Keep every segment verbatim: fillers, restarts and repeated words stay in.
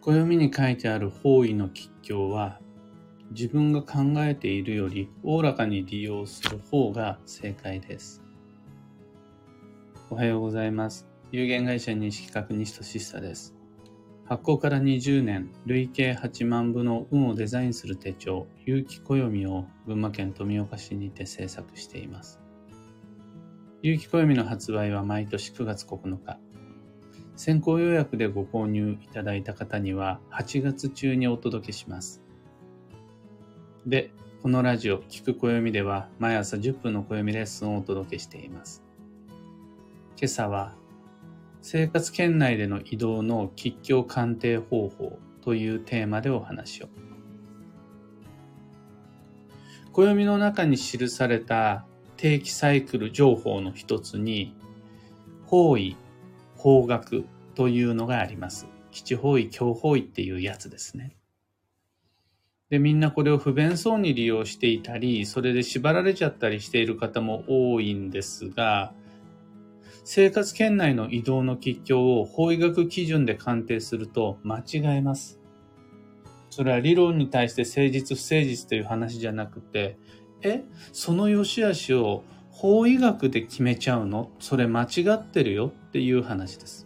暦に書いてある方位の吉凶は、自分が考えているよりおおらかに利用する方が正解です。おはようございます。有限会社西企画西俊久です。発行からにじゅうねん、累計はちまんぶの運をデザインする手帳、有機暦を群馬県富岡市にて制作しています。有機暦の発売は毎年くがつここのか。先行予約でご購入いただいた方にははちがつ中にお届けします。で、このラジオ、聞く暦では毎朝じゅっぷんの暦レッスンをお届けしています。今朝は、生活圏内での移動の吉凶鑑定方法というテーマでお話を。暦の中に記された定期サイクル情報の一つに、方位、方角というのがあります。吉方位、凶方位っていうやつですね。で、みんなこれを不便そうに利用していたり、それで縛られちゃったりしている方も多いんですが、生活圏内の移動の吉凶を方位学基準で鑑定すると間違えます。それは理論に対して誠実不誠実という話じゃなくて、え、その良し悪しを方位学で決めちゃうの？それ間違ってるよっていう話です。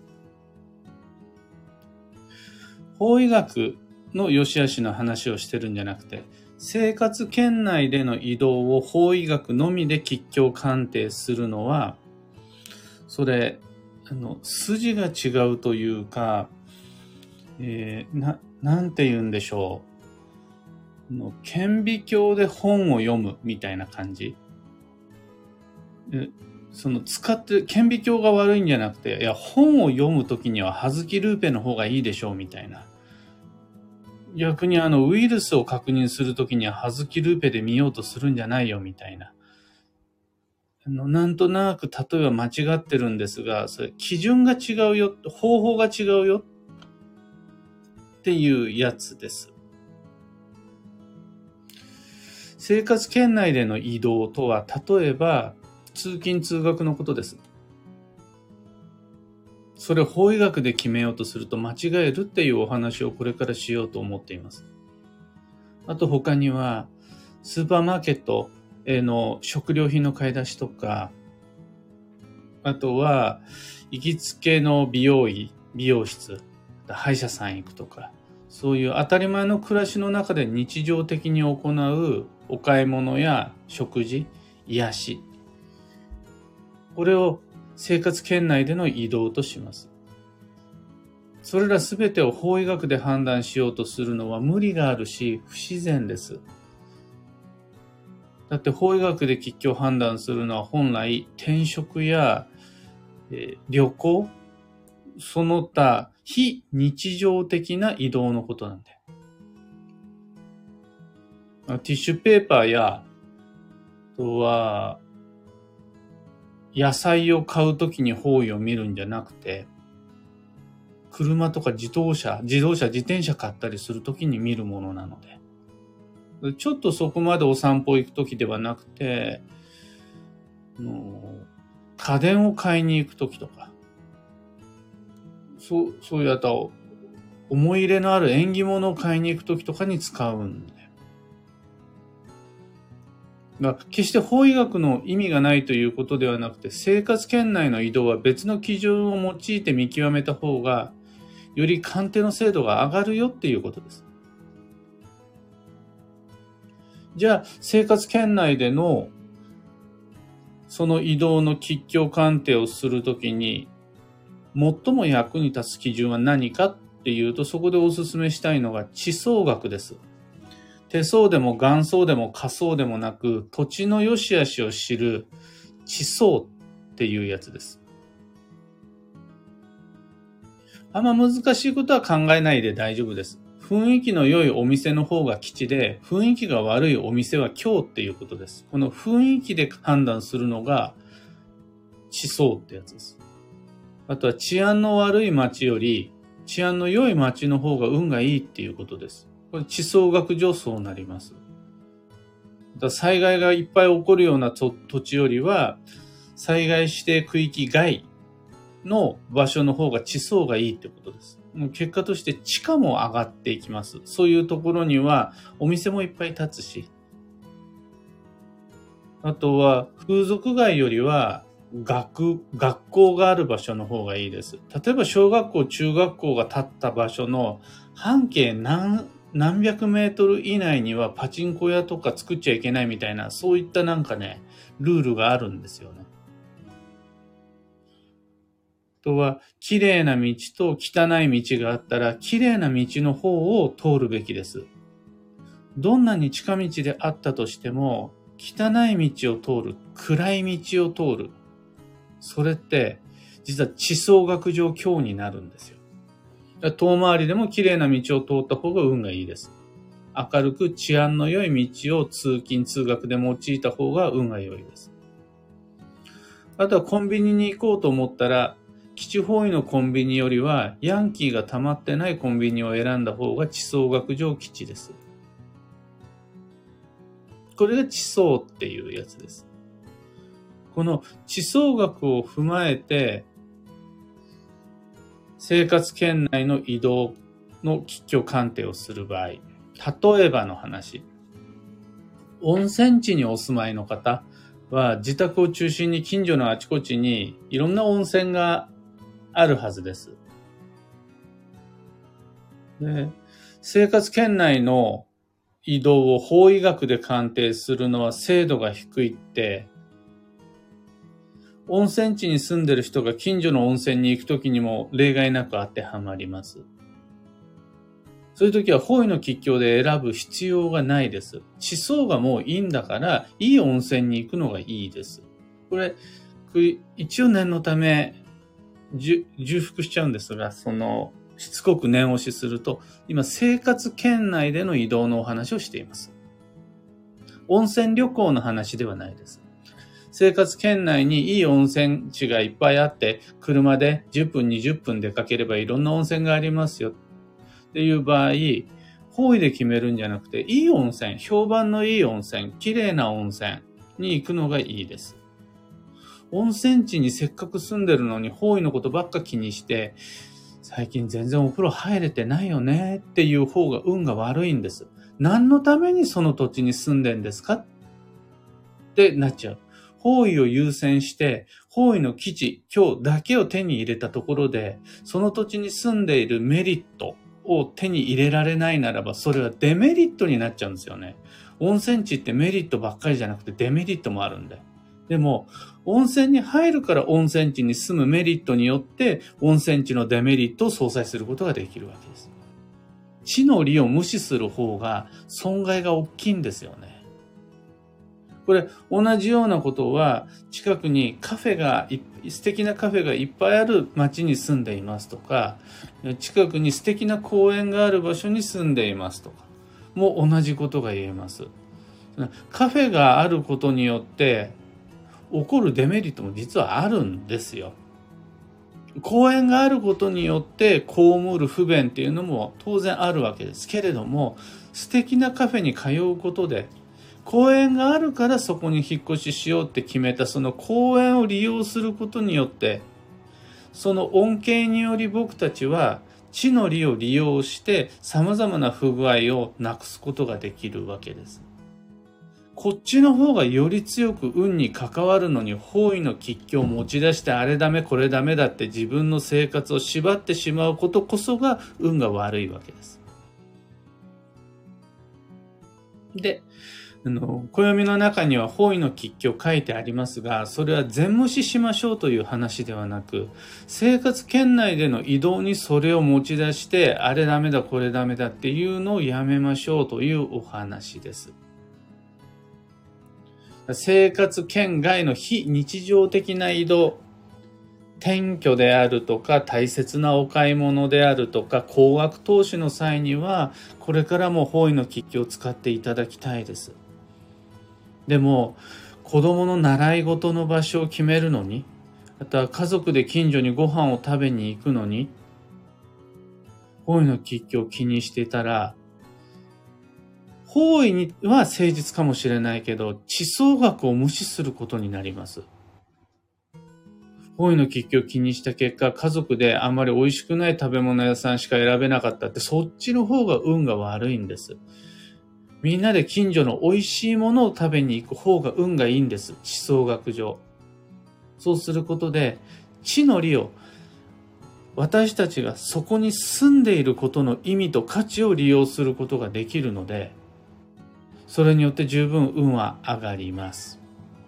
方位学の良し悪しの話をしてるんじゃなくて、生活圏内での移動を方位学のみで吉凶鑑定するのは、それ、あの、筋が違うというか、えー、な、なんて言うんでしょう。の顕微鏡で本を読むみたいな感じ。その使って顕微鏡が悪いんじゃなくて、いや、本を読むときには葉月ルーペの方がいいでしょうみたいな。逆にあのウイルスを確認するときには葉月ルーペで見ようとするんじゃないよみたいな。あのなんとなく例えば間違ってるんですが、それ基準が違うよ、方法が違うよっていうやつです。生活圏内での移動とは、例えば通勤通学のことです。それを方位学で決めようとすると間違えるっていうお話をこれからしようと思っています。あと他には、スーパーマーケットへの食料品の買い出しとか、あとは行きつけの美容院、美容室、歯医者さん行くとか、そういう当たり前の暮らしの中で日常的に行うお買い物や食事、癒し、これを生活圏内での移動とします。それらすべてを方位学で判断しようとするのは無理があるし不自然です。だって方位学で吉凶を判断するのは本来転職や、えー、旅行、その他非日常的な移動のことなんで。ティッシュペーパーや、あとは野菜を買うときに方位を見るんじゃなくて、車とか自動車、自動車、自転車買ったりするときに見るものなので、ちょっとそこまでお散歩行くときではなくて、家電を買いに行くときとか、そう、そういうあと、思い入れのある縁起物を買いに行くときとかに使うんで。が決して方位学の意味がないということではなくて、生活圏内の移動は別の基準を用いて見極めた方が、より鑑定の精度が上がるよっていうことです。じゃあ、生活圏内でのその移動の吉凶鑑定をするときに、最も役に立つ基準は何かっていうと、そこでお勧めしたいのが地層学です。手相でも元相でも家相でもなく、土地の良し悪しを知る地層っていうやつです。あんま難しいことは考えないで大丈夫です。雰囲気の良いお店の方が吉で、雰囲気が悪いお店は凶っていうことです。この雰囲気で判断するのが地層ってやつです。あとは治安の悪い街より治安の良い街の方が運がいいっていうことです。これ地層学上そうなります。だ災害がいっぱい起こるような土地よりは、災害指定区域外の場所の方が地層がいいってことです。結果として地価も上がっていきます。そういうところにはお店もいっぱい建つし、あとは風俗街よりは学、学校がある場所の方がいいです。例えば小学校、中学校が建った場所の半径何、何百メートル以内にはパチンコ屋とか作っちゃいけないみたいな、そういったなんかね、ルールがあるんですよね。あとは、綺麗な道と汚い道があったら、綺麗な道の方を通るべきです。どんなに近道であったとしても、汚い道を通る、暗い道を通る。それって、実は地層学上強になるんですよ。遠回りでも綺麗な道を通った方が運がいいです。明るく治安の良い道を通勤通学で用いた方が運が良いです。あとはコンビニに行こうと思ったら、基地方位のコンビニよりはヤンキーが溜まってないコンビニを選んだ方が地層学上基地です。これが地層っていうやつです。この地層学を踏まえて、生活圏内の移動の吉居鑑定をする場合、例えばの話、温泉地にお住まいの方は自宅を中心に近所のあちこちにいろんな温泉があるはずです。で、生活圏内の移動を法医学で鑑定するのは精度が低いって、温泉地に住んでる人が近所の温泉に行くときにも例外なく当てはまります。そういうときは方位の吉凶で選ぶ必要がないです。地層がもういいんだから、いい温泉に行くのがいいです。これ、一応念のため、重複しちゃうんですが、その、しつこく念押しすると、今生活圏内での移動のお話をしています。温泉旅行の話ではないです。生活圏内にいい温泉地がいっぱいあって、車でじゅっぷん、にじゅっぷん出かければいろんな温泉がありますよっていう場合、方位で決めるんじゃなくて、いい温泉、評判のいい温泉、綺麗な温泉に行くのがいいです。温泉地にせっかく住んでるのに方位のことばっか気にして、最近全然お風呂入れてないよねっていう方が運が悪いんです。何のためにその土地に住んでんですかってなっちゃう。方位を優先して、方位の基地、今日だけを手に入れたところで、その土地に住んでいるメリットを手に入れられないならば、それはデメリットになっちゃうんですよね。温泉地ってメリットばっかりじゃなくてデメリットもあるんで。でも、温泉に入るから温泉地に住むメリットによって、温泉地のデメリットを相殺することができるわけです。地の利を無視する方が損害が大きいんですよね。これ、同じようなことは、近くにカフェが、素敵なカフェがいっぱいある町に住んでいますとか、近くに素敵な公園がある場所に住んでいますとか、も同じことが言えます。カフェがあることによって、起こるデメリットも実はあるんですよ。公園があることによって被る不便っていうのも当然あるわけですけれども、素敵なカフェに通うことで、公園があるからそこに引っ越ししようって決めたその公園を利用することによって、その恩恵により僕たちは地の利を利用して様々な不具合をなくすことができるわけです。こっちの方がより強く運に関わるのに方位の吉凶を持ち出してあれダメこれダメだって自分の生活を縛ってしまうことこそが運が悪いわけです。で、あの暦の中には方位の吉凶書いてありますが、それは全無視しましょうという話ではなく、生活圏内での移動にそれを持ち出してあれダメだこれダメだっていうのをやめましょうというお話です。生活圏外の非日常的な移動、転居であるとか大切なお買い物であるとか高額投資の際にはこれからも方位の吉凶を使っていただきたいです。でも子供の習い事の場所を決めるのに、あとは家族で近所にご飯を食べに行くのに方位の吉凶を気にしていたら、方位には誠実かもしれないけど地層学を無視することになります。 方位の吉凶を気にした結果、家族であんまり美味しくない食べ物屋さんしか選べなかったって、そっちの方が運が悪いんです。みんなで近所の美味しいものを食べに行く方が運がいいんです。地層学上。そうすることで、地の利を、私たちがそこに住んでいることの意味と価値を利用することができるので、それによって十分運は上がります。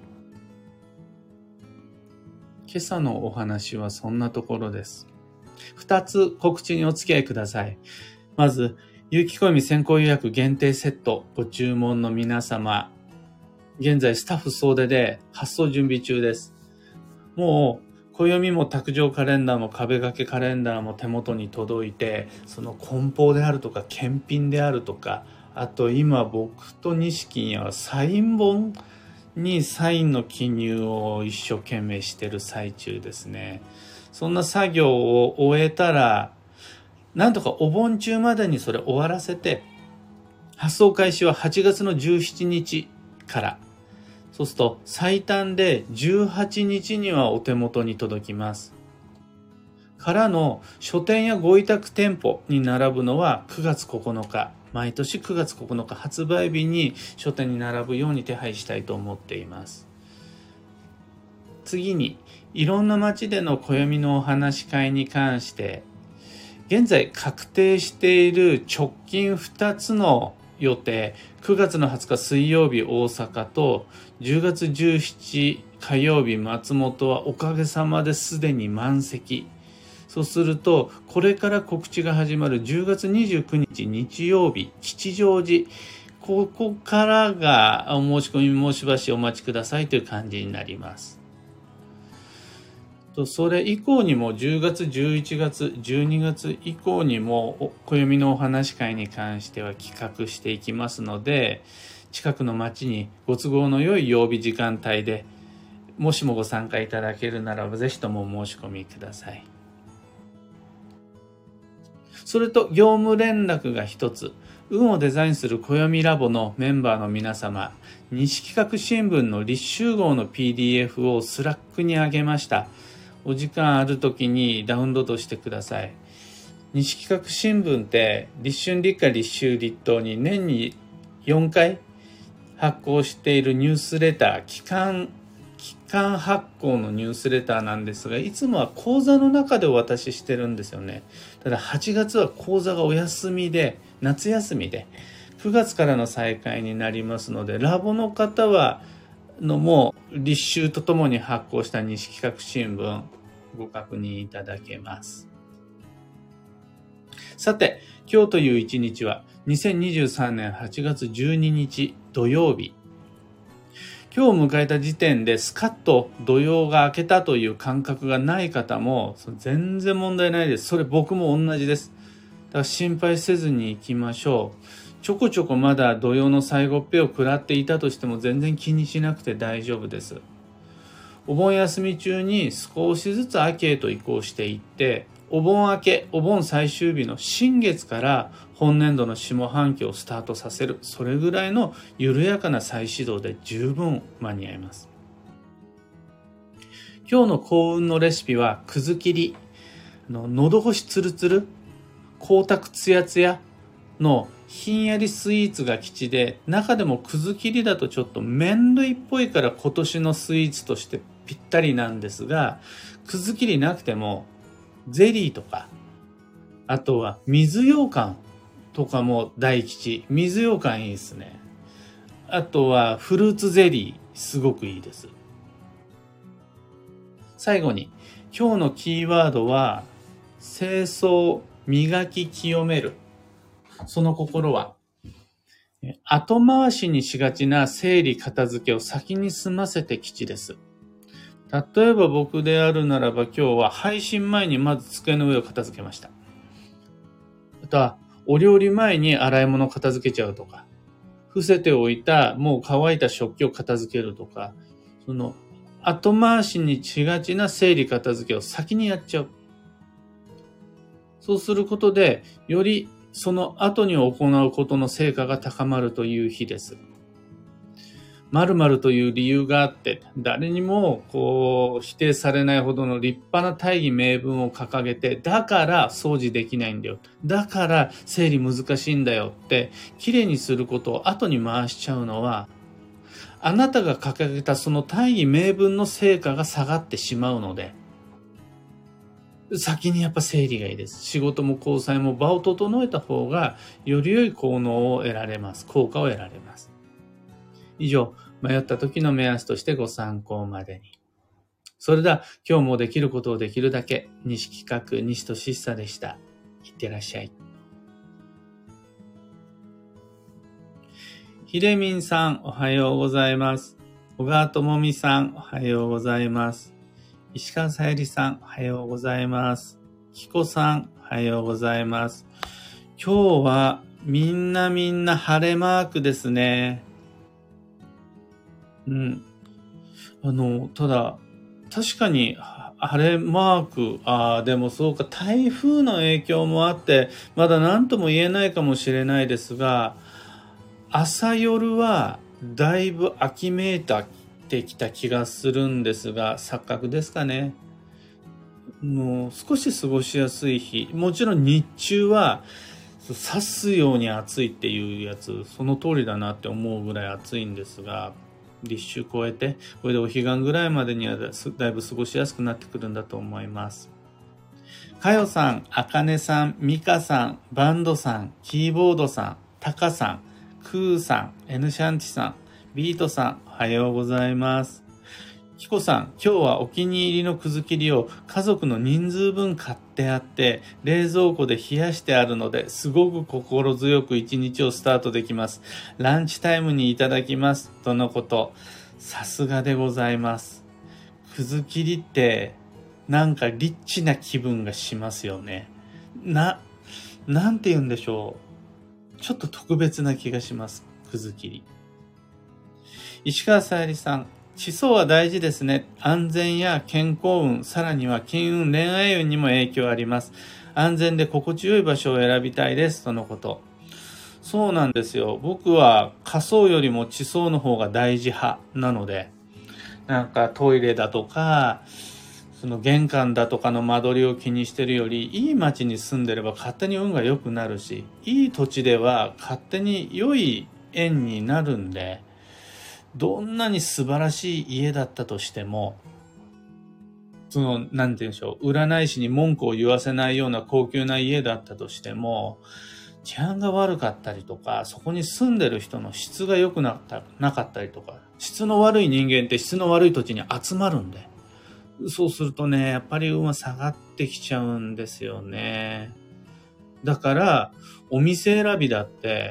今朝のお話はそんなところです。二つ告知にお付き合いください。まず、有機暦先行予約限定セットご注文の皆様、現在スタッフ総出で発送準備中です。もう暦も卓上カレンダーも壁掛けカレンダーも手元に届いて、その梱包であるとか検品であるとか、あと今僕と錦はサイン本にサインの記入を一生懸命してる最中ですね。そんな作業を終えたら、なんとかお盆中までにそれ終わらせて、発送開始ははちがつのじゅうしちにちから。そうすると最短でじゅうはちにちにはお手元に届きます。からの書店やご委託店舗に並ぶのはくがつここのか。毎年くがつここのか発売日に書店に並ぶように手配したいと思っています。次に、いろんな街での暦のお話し会に関して、現在確定している直近ふたつの予定、くがつのはつか水曜日大阪とじゅうがつじゅうしち火曜日松本はおかげさまですでに満席。そうすると、これから告知が始まるじゅうがつにじゅうくにち日曜日、吉祥寺、ここからがお申し込みもしばしお待ちくださいという感じになります。とそれ以降にもじゅうがつ、じゅういちがつ、じゅうにがつ以降にも暦のお話し会に関しては企画していきますので、近くの町にご都合の良い曜日時間帯でもしもご参加いただけるならばぜひともお申し込みください。それと業務連絡が一つ。運をデザインする暦ラボのメンバーの皆様、西企画新聞の立秋号の ピーディーエフ をスラックに上げました。お時間あるときにダウンロードしてください。西企画新聞って立春立夏立秋立冬に年によんかい発行しているニュースレター、期間、期間発行のニュースレターなんですが、いつもは講座の中でお渡ししてるんですよね。ただはちがつは講座がお休みで、夏休みで、くがつからの再開になりますので、ラボの方は、のも立秋とともに発行した西企画新聞ご確認いただけます。さて、今日という一日はにせんにじゅうさんねんはちがつじゅうににち土曜日。今日を迎えた時点でスカッと土曜が明けたという感覚がない方も全然問題ないです。それ僕も同じです。だから心配せずに行きましょう。ちょこちょこまだ土曜の最後っぺを食らっていたとしても全然気にしなくて大丈夫です。お盆休み中に少しずつ秋へと移行していって、お盆明け、お盆最終日の新月から本年度の下半期をスタートさせる。それぐらいの緩やかな再始動で十分間に合います。今日の幸運のレシピはくず切り。の喉越しツルツル、光沢ツヤツヤのひんやりスイーツが吉で、中でもくず切りだとちょっと麺類っぽいから今年のスイーツとしてぴったりなんですが、くず切りなくてもゼリーとか、あとは水羊羹とかも大吉。水羊羹いいですね。あとはフルーツゼリーすごくいいです。最後に今日のキーワードは清掃、磨き、清める。その心は、後回しにしがちな整理片付けを先に済ませて吉です。例えば僕であるならば今日は配信前にまず机の上を片付けました。あとはお料理前に洗い物を片付けちゃうとか、伏せておいたもう乾いた食器を片付けるとか、その後回しにしがちな整理片付けを先にやっちゃう。そうすることで、よりその後に行うことの成果が高まるという日です。 〇〇という理由があって、誰にもこう否定されないほどの立派な大義名分を掲げて、だから掃除できないんだよ。だから整理難しいんだよって、きれいにすることを後に回しちゃうのは、あなたが掲げたその大義名分の成果が下がってしまうので、先にやっぱ整理がいいです。仕事も交際も場を整えた方が、より良い効能を得られます。効果を得られます。以上、迷った時の目安としてご参考までに。それでは、今日もできることをできるだけ、西企画、西俊久でした。いってらっしゃい。ひでみんさん、おはようございます。小川智美さん、おはようございます。石川さゆりさん、おはようございます。きこさん、おはようございます。今日はみんなみんな晴れマークですね。うん。あの、ただ、確かに晴れマーク、ああ、でもそうか、台風の影響もあって、まだ何とも言えないかもしれないですが、朝夜はだいぶ秋めいてきた気がするんですが、錯覚ですかね。もう少し過ごしやすい日、もちろん日中は刺すように暑いっていうやつ、その通りだなって思うぐらい暑いんですが、立秋超えて、これでお彼岸ぐらいまでにはだいぶ過ごしやすくなってくるんだと思います。かよさん、あかねさん、みかさん、バンドさん、キーボードさん、たかさん、クーさん、エヌシャンチさん、ビートさん、おはようございます。キコさん、今日はお気に入りのくず切りを家族の人数分買ってあって、冷蔵庫で冷やしてあるので、すごく心強く一日をスタートできます。ランチタイムにいただきます。とのこと。さすがでございます。くず切りって、なんかリッチな気分がしますよね。な、なんて言うんでしょう。ちょっと特別な気がします。くず切り。石川さゆりさん。思想は大事ですね。安全や健康運、さらには金運、恋愛運にも影響あります。安全で心地よい場所を選びたいです。とのこと。そうなんですよ。僕は仮想よりも地層の方が大事派なので、なんかトイレだとか、その玄関だとかの間取りを気にしてるより、いい街に住んでれば勝手に運が良くなるし、いい土地では勝手に良い縁になるんで、どんなに素晴らしい家だったとしても、その、なんて言うんでしょう、占い師に文句を言わせないような高級な家だったとしても、治安が悪かったりとか、そこに住んでる人の質が良くなった、なかったりとか、質の悪い人間って質の悪い土地に集まるんで、そうするとね、やっぱり運は下がってきちゃうんですよね。だから、お店選びだって、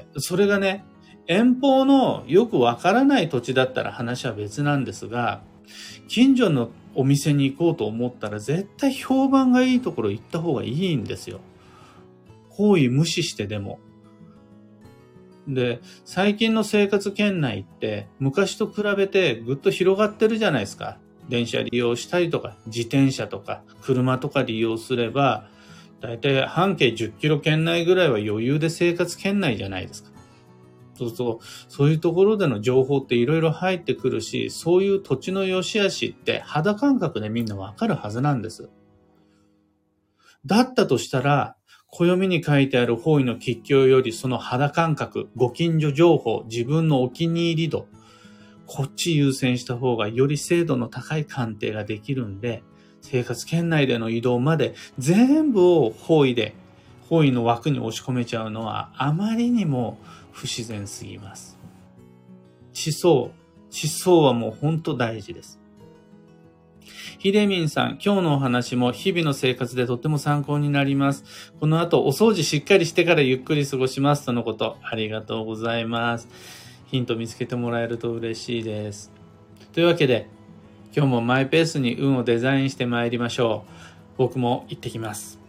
それがね、遠方のよくわからない土地だったら話は別なんですが、近所のお店に行こうと思ったら絶対評判がいいところ行った方がいいんですよ。方位無視してでも。で、最近の生活圏内って昔と比べてぐっと広がってるじゃないですか。電車利用したりとか、自転車とか、車とか利用すれば、だいたい半径じゅっキロ圏内ぐらいは余裕で生活圏内じゃないですか。そうそう、そういうところでの情報っていろいろ入ってくるし、そういう土地の良し悪しって肌感覚でみんなわかるはずなんです。だったとしたら、暦に書いてある方位の吉凶よりその肌感覚、ご近所情報、自分のお気に入り度、こっち優先した方がより精度の高い鑑定ができるんで、生活圏内での移動まで全部を方位で、方位の枠に押し込めちゃうのはあまりにも不自然すぎます。思想、思想はもう本当大事です。ひでみんさん、今日のお話も日々の生活でとっても参考になります。この後お掃除しっかりしてからゆっくり過ごしますとのこと。ありがとうございます。ヒント見つけてもらえると嬉しいです。というわけで、今日もマイペースに運をデザインしてまいりましょう。僕も行ってきます。